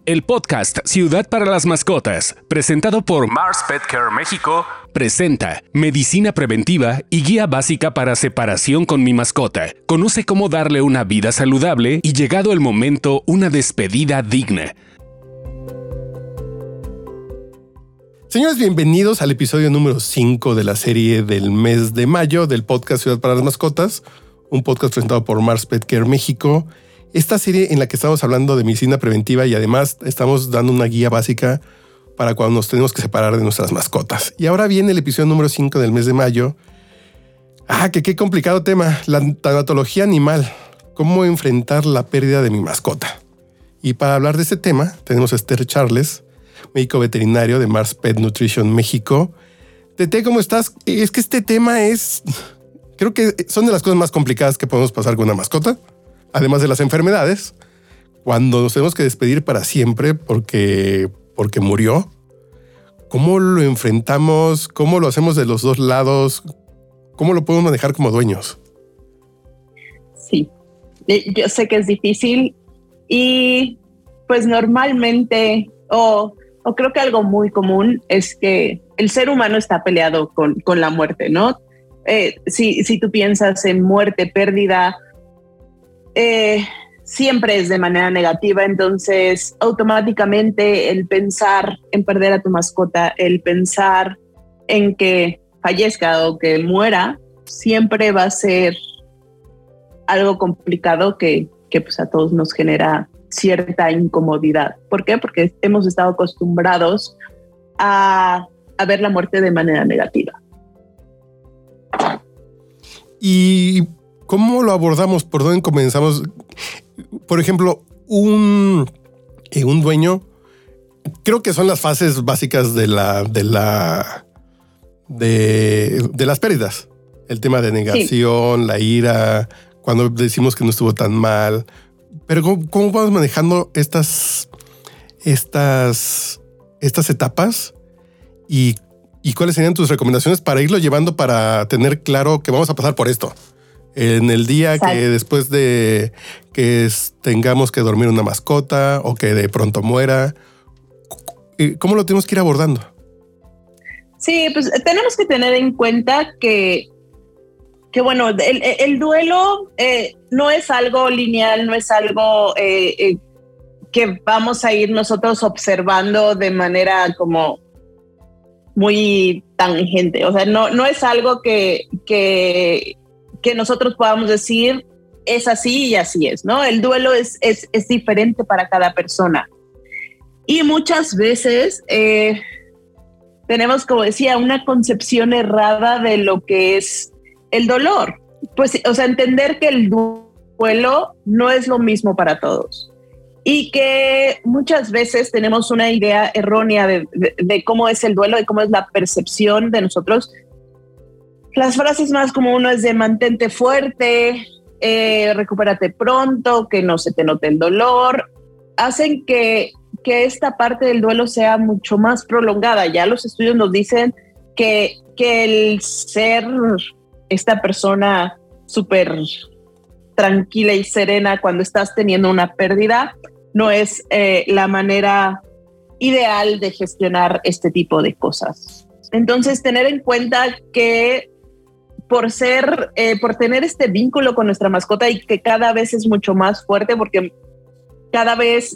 El podcast Ciudad para las Mascotas, presentado por Mars Pet Care México, presenta Medicina Preventiva y Guía Básica para Separación con mi mascota. Conoce cómo darle una vida saludable y, llegado el momento, una despedida digna. Señores, bienvenidos al episodio número 5 de la serie del mes de mayo del podcast Ciudad para las Mascotas, un podcast presentado por Mars Pet Care México. Esta serie en la que estamos hablando de medicina preventiva y además estamos dando una guía básica para cuando nos tenemos que separar de nuestras mascotas. Y ahora viene el episodio número 5 del mes de mayo. Qué complicado tema, la tanatología animal. ¿Cómo enfrentar la pérdida de mi mascota? Y para hablar de este tema tenemos a Esther Charles, médico veterinario de Mars Pet Nutrition México. Tete, ¿cómo estás? Es que este tema creo que son de las cosas más complicadas que podemos pasar con una mascota. Además de las enfermedades, cuando nos tenemos que despedir para siempre porque murió, ¿cómo lo enfrentamos? ¿Cómo lo hacemos de los dos lados? ¿Cómo lo podemos manejar como dueños? Sí, yo sé que es difícil y pues normalmente, o creo que algo muy común es que el ser humano está peleado con la muerte, ¿no? Si tú piensas en muerte, pérdida, siempre es de manera negativa, entonces automáticamente el pensar en perder a tu mascota, el pensar en que fallezca o que muera, siempre va a ser algo complicado que pues a todos nos genera cierta incomodidad. ¿Por qué? Porque hemos estado acostumbrados a ver la muerte de manera negativa. Y ¿cómo lo abordamos? ¿Por dónde comenzamos? Por ejemplo, un dueño, creo que son las fases básicas de las pérdidas. El tema de negación, sí, la ira, cuando decimos que no estuvo tan mal. Pero ¿cómo vamos manejando estas etapas? ¿Y cuáles serían tus recomendaciones para irlo llevando, para tener claro que vamos a pasar por esto? En el día que después de que tengamos que dormir una mascota o que de pronto muera, ¿cómo lo tenemos que ir abordando? Sí, pues tenemos que tener en cuenta que bueno, el duelo no es algo lineal, no es algo que vamos a ir nosotros observando de manera como muy tangente. O sea, no es algo que nosotros podamos decir es así y así es, ¿no? El duelo es diferente para cada persona. Y muchas veces tenemos, como decía, una concepción errada de lo que es el dolor. Pues, o sea, entender que el duelo no es lo mismo para todos. Y que muchas veces tenemos una idea errónea de cómo es el duelo, de cómo es la percepción de nosotros. Las frases más comunes es de mantente fuerte, recupérate pronto, que no se te note el dolor, hacen que esta parte del duelo sea mucho más prolongada. Ya los estudios nos dicen que el ser esta persona súper tranquila y serena cuando estás teniendo una pérdida no es la manera ideal de gestionar este tipo de cosas. Entonces, tener en cuenta que por tener este vínculo con nuestra mascota y que cada vez es mucho más fuerte, porque cada vez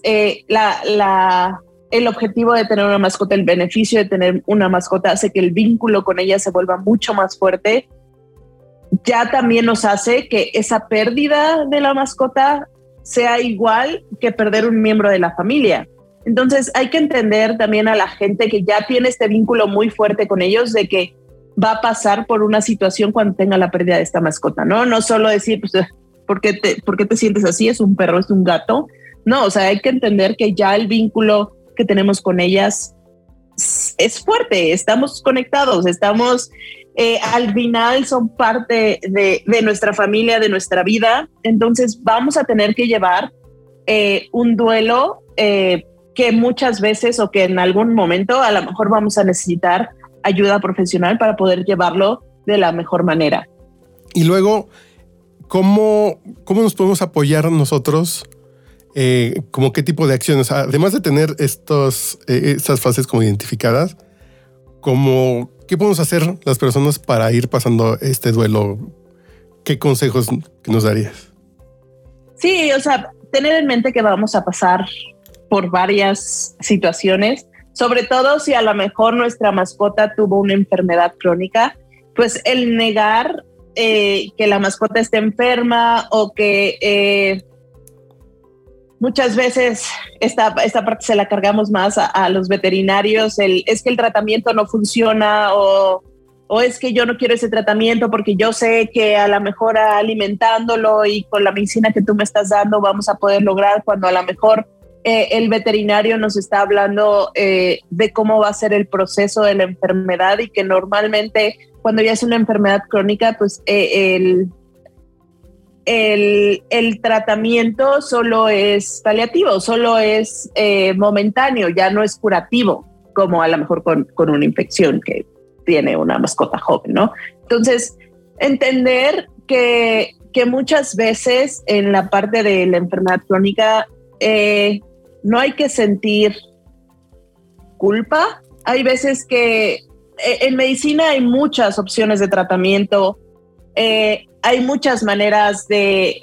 el objetivo de tener una mascota, el beneficio de tener una mascota hace que el vínculo con ella se vuelva mucho más fuerte. Ya también nos hace que esa pérdida de la mascota sea igual que perder un miembro de la familia. Entonces hay que entender también a la gente que ya tiene este vínculo muy fuerte con ellos, de que va a pasar por una situación cuando tenga la pérdida de esta mascota, ¿no? No solo decir, pues, ¿por qué te sientes así? ¿Es un perro? ¿Es un gato? No, o sea, hay que entender que ya el vínculo que tenemos con ellas es fuerte, estamos conectados, estamos, al final son parte de nuestra familia, de nuestra vida. Entonces vamos a tener que llevar un duelo que muchas veces, o que en algún momento a lo mejor vamos a necesitar ayuda profesional para poder llevarlo de la mejor manera. Y luego, ¿cómo nos podemos apoyar nosotros como qué tipo de acciones, además de tener estas fases como identificadas, como qué podemos hacer las personas para ir pasando este duelo. ¿Qué consejos nos darías? Sí, o sea, tener en mente que vamos a pasar por varias situaciones, sobre todo si a lo mejor nuestra mascota tuvo una enfermedad crónica, pues el negar que la mascota esté enferma o que muchas veces esta parte se la cargamos más a los veterinarios, es que el tratamiento no funciona o es que yo no quiero ese tratamiento porque yo sé que a lo mejor alimentándolo y con la medicina que tú me estás dando vamos a poder lograr, cuando a lo mejor el veterinario nos está hablando de cómo va a ser el proceso de la enfermedad, y que normalmente cuando ya es una enfermedad crónica, pues el tratamiento solo es paliativo, solo es momentáneo, ya no es curativo, como a lo mejor con una infección que tiene una mascota joven, ¿no? Entonces, entender que muchas veces en la parte de la enfermedad crónica no hay que sentir culpa. Hay veces que en medicina hay muchas opciones de tratamiento, hay muchas maneras de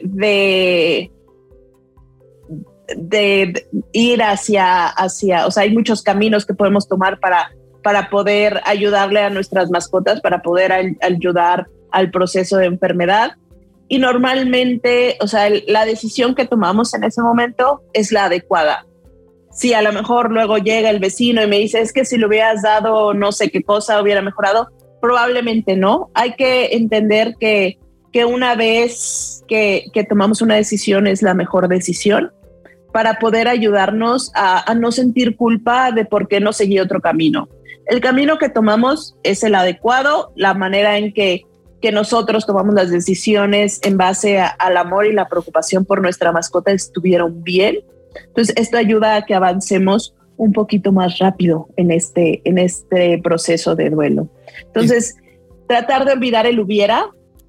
ir hacia, o sea, hay muchos caminos que podemos tomar para poder ayudarle a nuestras mascotas, para poder ayudar al proceso de enfermedad. Y normalmente, o sea, la decisión que tomamos en ese momento es la adecuada. Si a lo mejor luego llega el vecino y me dice, es que si le hubieras dado no sé qué cosa hubiera mejorado, probablemente no. Hay que entender que una vez que tomamos una decisión es la mejor decisión, para poder ayudarnos a no sentir culpa de por qué no seguí otro camino. El camino que tomamos es el adecuado, la manera en que nosotros tomamos las decisiones en base al amor y la preocupación por nuestra mascota estuvieron bien. Entonces, esto ayuda a que avancemos un poquito más rápido en este proceso de duelo. Entonces, tratar de olvidar el hubiera.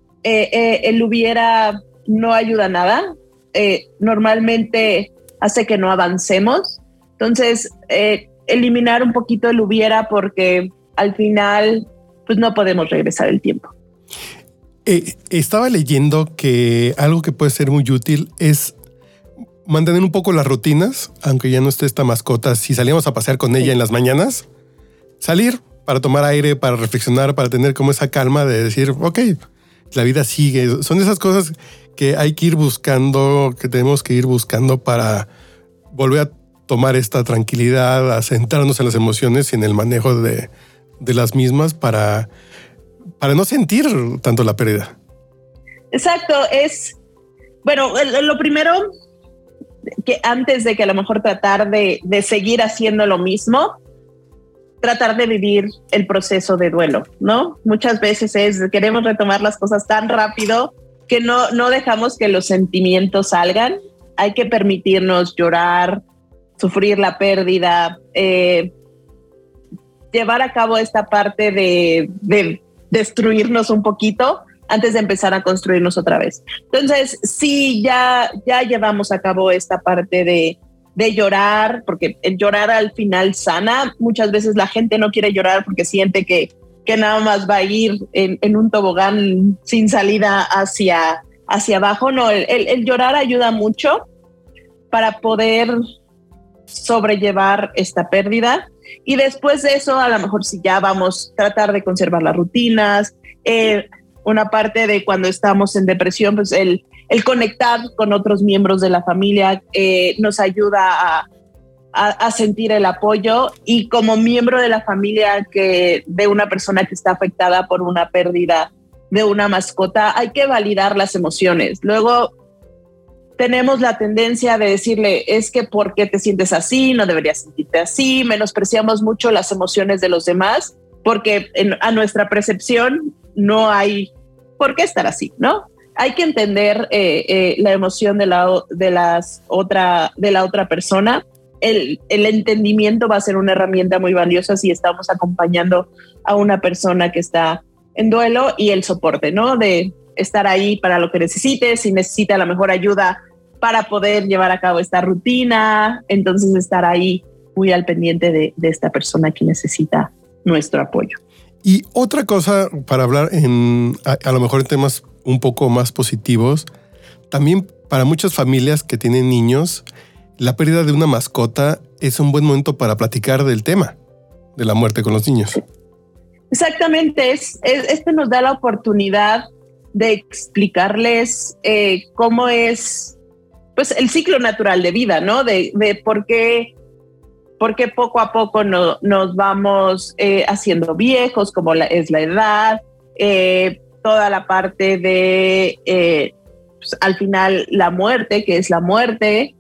El hubiera no ayuda a nada. Normalmente hace que no avancemos. Entonces, eliminar un poquito el hubiera, porque al final pues no podemos regresar el tiempo. Estaba leyendo que algo que puede ser muy útil es mantener un poco las rutinas, aunque ya no esté esta mascota. Si salimos a pasear con ella en las mañanas, salir para tomar aire, para reflexionar, para tener como esa calma de decir, ok, la vida sigue. Son esas cosas que hay que ir buscando, que tenemos que ir buscando para volver a tomar esta tranquilidad, a centrarnos en las emociones y en el manejo de las mismas para no sentir tanto la pérdida. Exacto, bueno, lo primero, que antes de que a lo mejor tratar de seguir haciendo lo mismo, tratar de vivir el proceso de duelo, ¿no? Muchas veces queremos retomar las cosas tan rápido que no dejamos que los sentimientos salgan. Hay que permitirnos llorar, sufrir la pérdida, llevar a cabo esta parte de destruirnos un poquito antes de empezar a construirnos otra vez. Entonces, sí, ya llevamos a cabo esta parte de llorar, porque el llorar al final sana. Muchas veces la gente no quiere llorar porque siente que nada más va a ir en un tobogán sin salida hacia abajo. No, el llorar ayuda mucho para poder sobrellevar esta pérdida. Y después de eso, a lo mejor si ya vamos a tratar de conservar las rutinas, una parte de cuando estamos en depresión, pues el conectar con otros miembros de la familia nos ayuda a sentir el apoyo. Y como miembro de la familia de una persona que está afectada por una pérdida de una mascota, hay que validar las emociones. Luego tenemos la tendencia de decirle, es que ¿por qué te sientes así? No deberías sentirte así. Menospreciamos mucho las emociones de los demás porque a nuestra percepción no hay por qué estar así, ¿no? Hay que entender la emoción de la otra persona. El entendimiento va a ser una herramienta muy valiosa si estamos acompañando a una persona que está en duelo, y el soporte, ¿no? De estar ahí para lo que necesite. Si necesita a lo mejor ayuda para poder llevar a cabo esta rutina. Entonces estar ahí muy al pendiente de esta persona que necesita nuestro apoyo. Y otra cosa para hablar a lo mejor en temas un poco más positivos, también para muchas familias que tienen niños, la pérdida de una mascota es un buen momento para platicar del tema de la muerte con los niños. Exactamente, este nos da la oportunidad de explicarles cómo es pues el ciclo natural de vida, ¿no? De por qué poco a poco nos vamos haciendo viejos, como es la edad, toda la parte de pues, al final la muerte, que es la muerte,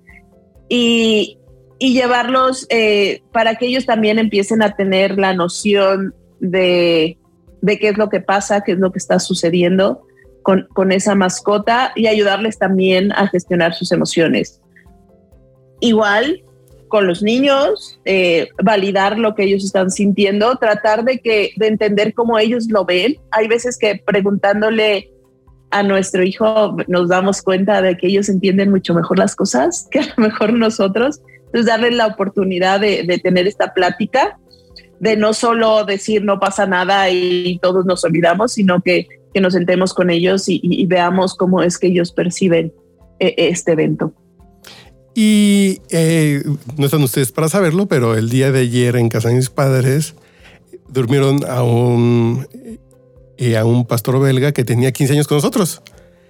y llevarlos para que ellos también empiecen a tener la noción de qué es lo que pasa, qué es lo que está sucediendo con esa mascota, y ayudarles también a gestionar sus emociones. Igual con los niños, validar lo que ellos están sintiendo, tratar de entender cómo ellos lo ven. Hay veces que preguntándole a nuestro hijo nos damos cuenta de que ellos entienden mucho mejor las cosas que a lo mejor nosotros. Entonces darles la oportunidad de tener esta plática, de no solo decir no pasa nada y todos nos olvidamos, sino que nos sentemos con ellos y veamos cómo es que ellos perciben este evento. Y no están ustedes para saberlo, pero el día de ayer en casa de mis padres durmieron a un pastor belga que tenía 15 años con nosotros.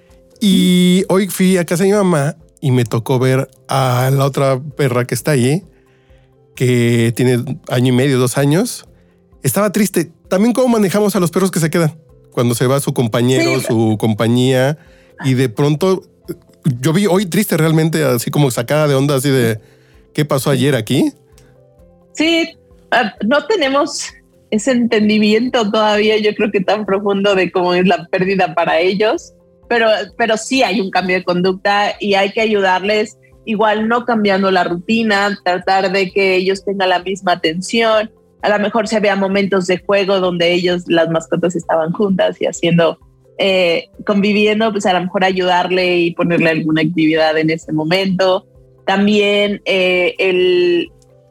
Y hoy fui a casa de mi mamá y me tocó ver a la otra perra que está allí, que tiene 1 año y medio, 2 años. Estaba triste. También cómo manejamos a los perros que se quedan cuando se va su compañero, sí, su compañía, y de pronto yo vi hoy triste realmente, así como sacada de onda, así de ¿qué pasó ayer aquí? Sí, no tenemos ese entendimiento todavía, yo creo que tan profundo de cómo es la pérdida para ellos, pero sí hay un cambio de conducta y hay que ayudarles, igual no cambiando la rutina, tratar de que ellos tengan la misma atención. A lo mejor se había momentos de juego donde las mascotas estaban juntas y haciendo, conviviendo, pues a lo mejor ayudarle y ponerle alguna actividad en ese momento. También el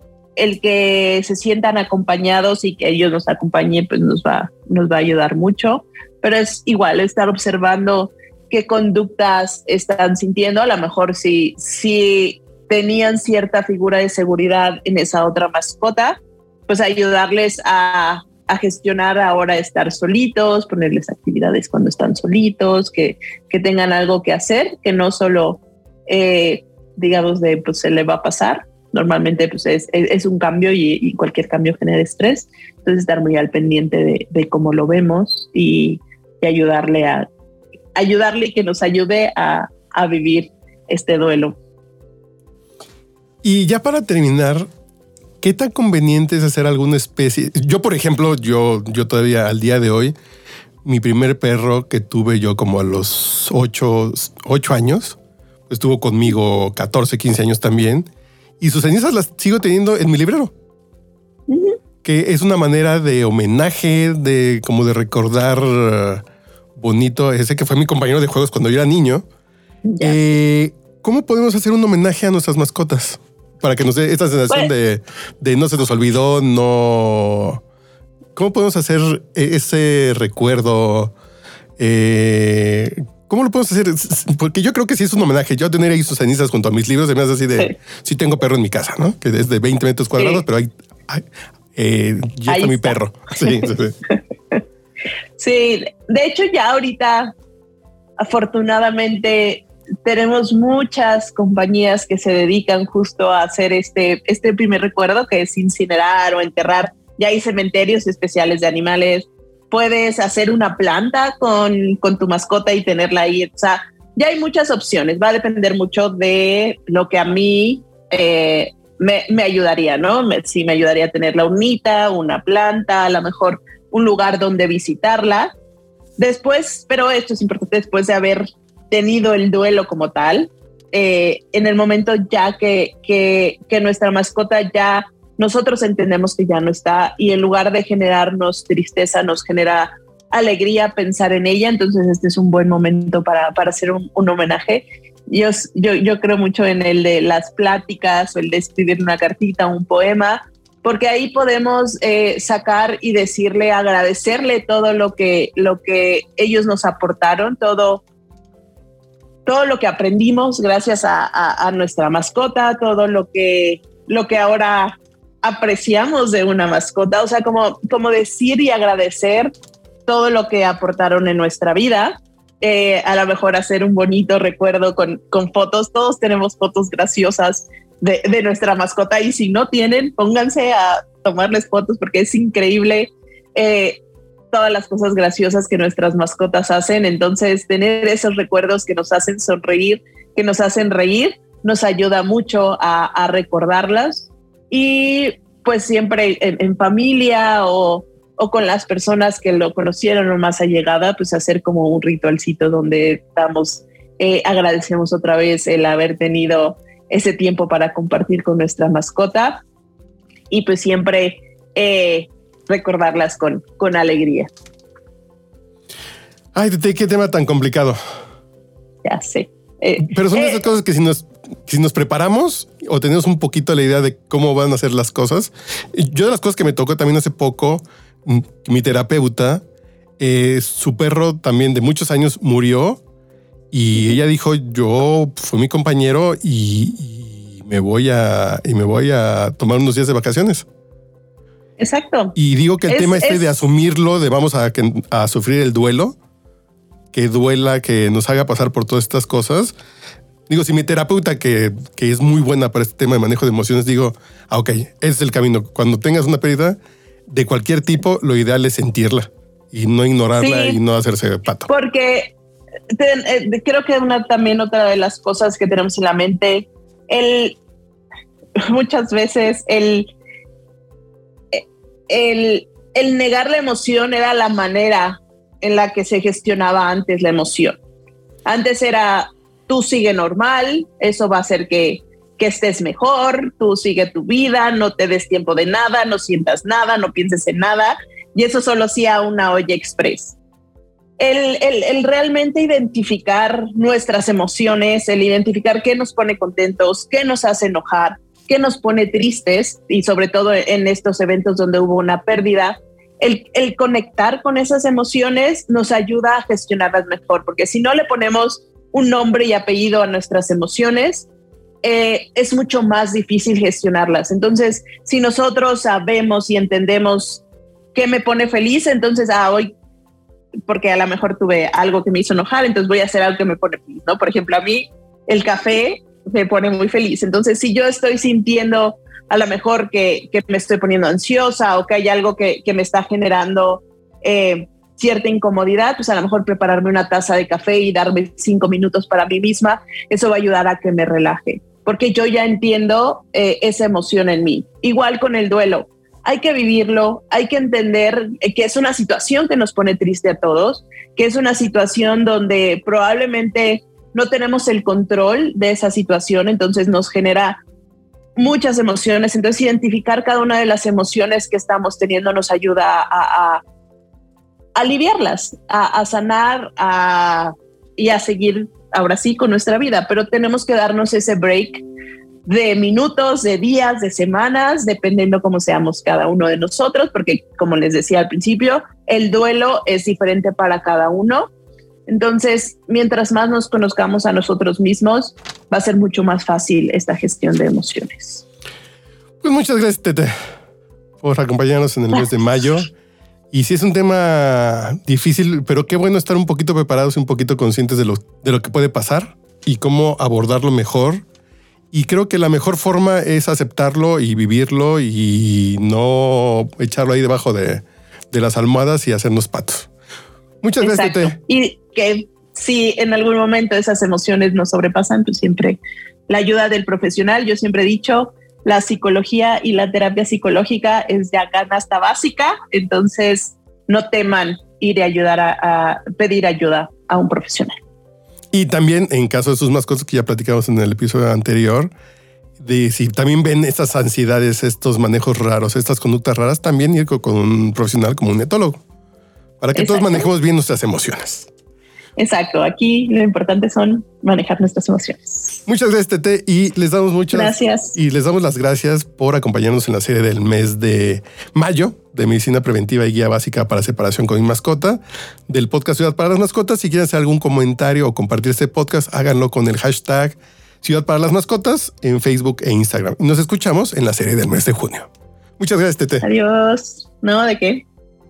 que se sientan acompañados y que ellos nos acompañen, pues nos va a ayudar mucho. Pero es igual estar observando qué conductas están sintiendo. A lo mejor si tenían cierta figura de seguridad en esa otra mascota, pues ayudarles a gestionar ahora estar solitos, ponerles actividades cuando están solitos, que tengan algo que hacer, que no solo digamos pues se le va a pasar. Normalmente pues es un cambio y cualquier cambio genera estrés. Entonces estar muy al pendiente de cómo lo vemos y ayudarle y que nos ayude a vivir este duelo. Y ya para terminar, ¿qué tan conveniente es hacer alguna especie? Yo, por ejemplo, yo todavía al día de hoy, mi primer perro que tuve yo como a los 8 años, estuvo conmigo 14, 15 años también. Y sus cenizas las sigo teniendo en mi librero. Uh-huh. Que es una manera de homenaje, de recordar bonito. Ese que fue mi compañero de juegos cuando yo era niño. Yeah. ¿Cómo podemos hacer un homenaje a nuestras mascotas? Para que nos dé esta sensación de no se nos olvidó, no... ¿Cómo podemos hacer ese recuerdo? ¿Cómo lo podemos hacer? Porque yo creo que sí es un homenaje. Yo tener ahí sus cenizas junto a mis libros, se me hace así de... Sí tengo perro en mi casa, ¿no? Que es de 20 metros cuadrados, sí. Pero ya está mi perro. Sí, sí. Sí, de hecho ya ahorita, afortunadamente, tenemos muchas compañías que se dedican justo a hacer este primer recuerdo, que es incinerar o enterrar. Ya hay cementerios especiales de animales. Puedes hacer una planta con tu mascota y tenerla ahí. O sea, ya hay muchas opciones. Va a depender mucho de lo que a mí me ayudaría, ¿no? Sí, me ayudaría a tener la urnita, una planta, a lo mejor un lugar donde visitarla. Después, pero esto es importante, después de haber tenido el duelo como tal, en el momento ya que nuestra mascota ya... Nosotros entendemos que ya no está y en lugar de generarnos tristeza, nos genera alegría pensar en ella. Entonces este es un buen momento para hacer un homenaje Yo creo mucho en el de las pláticas o el de escribir una cartita o un poema, porque ahí podemos sacar y decirle, agradecerle todo lo que ellos nos aportaron, todo lo que aprendimos gracias a nuestra mascota, todo lo que ahora apreciamos de una mascota, o sea, como decir y agradecer todo lo que aportaron en nuestra vida. A lo mejor hacer un bonito recuerdo con fotos. Todos tenemos fotos graciosas de nuestra mascota, y si no tienen, pónganse a tomarles fotos, porque es increíble todas las cosas graciosas que nuestras mascotas hacen. Entonces, tener esos recuerdos que nos hacen sonreír, que nos hacen reír, nos ayuda mucho a recordarlas. Y pues siempre en familia o con las personas que lo conocieron o más allegada, pues hacer como un ritualcito donde agradecemos otra vez el haber tenido ese tiempo para compartir con nuestra mascota, y pues siempre recordarlas con alegría. Ay, qué tema tan complicado. Ya sé. Pero son esas cosas que si nos preparamos o tenemos un poquito la idea de cómo van a ser las cosas. Yo, de las cosas que me tocó también hace poco, mi terapeuta, su perro también de muchos años murió, y ella dijo, yo fui mi compañero y me voy a tomar unos días de vacaciones. Exacto. Y digo que el tema de asumirlo, de vamos a sufrir el duelo, que duela, que nos haga pasar por todas estas cosas. Digo, si mi terapeuta, que es muy buena para este tema de manejo de emociones, digo, ok, ese es el camino. Cuando tengas una pérdida de cualquier tipo, lo ideal es sentirla y no ignorarla, sí, y no hacerse pato. Porque creo que también otra de las cosas que tenemos en la mente, muchas veces el negar la emoción era la manera en la que se gestionaba antes la emoción. Antes era, tú sigue normal, eso va a hacer que estés mejor, tú sigue tu vida, no te des tiempo de nada, no sientas nada, no pienses en nada, y eso solo hacía una olla express. El realmente identificar nuestras emociones, el identificar qué nos pone contentos, qué nos hace enojar, qué nos pone tristes, y sobre todo en estos eventos donde hubo una pérdida, el conectar con esas emociones nos ayuda a gestionarlas mejor, porque si no le ponemos un nombre y apellido a nuestras emociones, es mucho más difícil gestionarlas. Entonces, si nosotros sabemos y entendemos qué me pone feliz, entonces, hoy, porque a lo mejor tuve algo que me hizo enojar, entonces voy a hacer algo que me pone feliz, ¿no? Por ejemplo, a mí el café me pone muy feliz. Entonces, si yo estoy sintiendo a lo mejor que me estoy poniendo ansiosa o que hay algo que me está generando cierta incomodidad, pues a lo mejor prepararme una taza de café y darme 5 minutos para mí misma, eso va a ayudar a que me relaje, porque yo ya entiendo esa emoción en mí. Igual con el duelo, hay que vivirlo, hay que entender que es una situación que nos pone triste a todos, que es una situación donde probablemente no tenemos el control de esa situación, entonces nos genera muchas emociones. Entonces, identificar cada una de las emociones que estamos teniendo nos ayuda a aliviarlas, a sanar y a seguir ahora sí con nuestra vida. Pero tenemos que darnos ese break de minutos, de días, de semanas, dependiendo cómo seamos cada uno de nosotros, porque como les decía al principio, el duelo es diferente para cada uno. Entonces, mientras más nos conozcamos a nosotros mismos, va a ser mucho más fácil esta gestión de emociones. Pues muchas gracias, Tete, por acompañarnos en el mes de mayo. Y sí es un tema difícil, pero qué bueno estar un poquito preparados y un poquito conscientes de lo que puede pasar y cómo abordarlo mejor. Y creo que la mejor forma es aceptarlo y vivirlo y no echarlo ahí debajo de las almohadas y hacernos patos. Muchas gracias, Tete. Y que si en algún momento esas emociones nos sobrepasan, pues siempre la ayuda del profesional. Yo siempre he dicho, la psicología y la terapia psicológica es ya canasta básica, entonces no teman ir a ayudar a pedir ayuda a un profesional. Y también en caso de sus mascotas, que ya platicamos en el episodio anterior, de si también ven estas ansiedades, estos manejos raros, estas conductas raras, también ir con un profesional como un etólogo, para que todos manejemos bien nuestras emociones. Exacto, aquí lo importante son manejar nuestras emociones. Muchas gracias, Tete, y les damos gracias. Y les damos las gracias por acompañarnos en la serie del mes de mayo de Medicina Preventiva y Guía Básica para Separación con mi Mascota, del podcast Ciudad para las Mascotas. Si quieren hacer algún comentario o compartir este podcast, háganlo con el hashtag Ciudad para las Mascotas en Facebook e Instagram. Y nos escuchamos en la serie del mes de junio. Muchas gracias, Tete. Adiós. No, ¿de qué?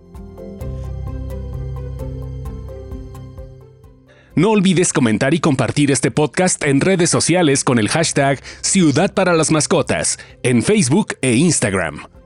No olvides comentar y compartir este podcast en redes sociales con el hashtag Ciudad para las Mascotas, en Facebook e Instagram.